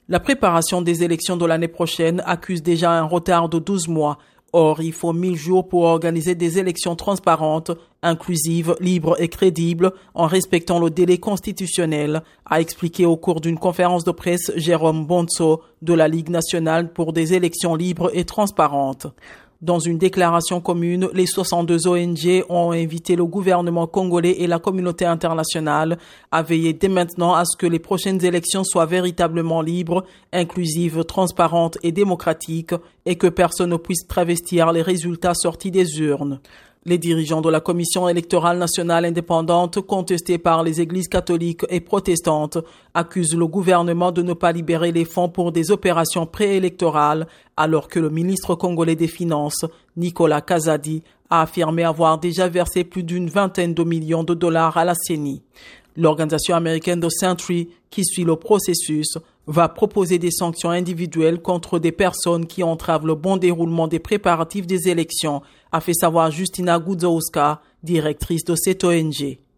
La préparation des élections de l'année prochaine accuse déjà un retard de 12 mois. Or, il faut 1000 jours pour organiser des élections transparentes, inclusives, libres et crédibles, en respectant le délai constitutionnel, a expliqué au cours d'une conférence de presse Jérôme Bonso de la Ligue nationale pour des élections libres et transparentes. Dans une déclaration commune, les 62 ONG ont invité le gouvernement congolais et la communauté internationale à veiller dès maintenant à ce que les prochaines élections soient véritablement libres, inclusives, transparentes et démocratiques et que personne ne puisse travestir les résultats sortis des urnes. Les dirigeants de la Commission électorale nationale indépendante, contestée par les églises catholiques et protestantes, accusent le gouvernement de ne pas libérer les fonds pour des opérations préélectorales, alors que le ministre congolais des Finances, Nicolas Kazadi, a affirmé avoir déjà versé plus d'une vingtaine de millions de dollars à la CENI. L'organisation américaine de Sentry, qui suit le processus, va proposer des sanctions individuelles contre des personnes qui entravent le bon déroulement des préparatifs des élections, a fait savoir Justina Gudzowska, directrice de cette ONG.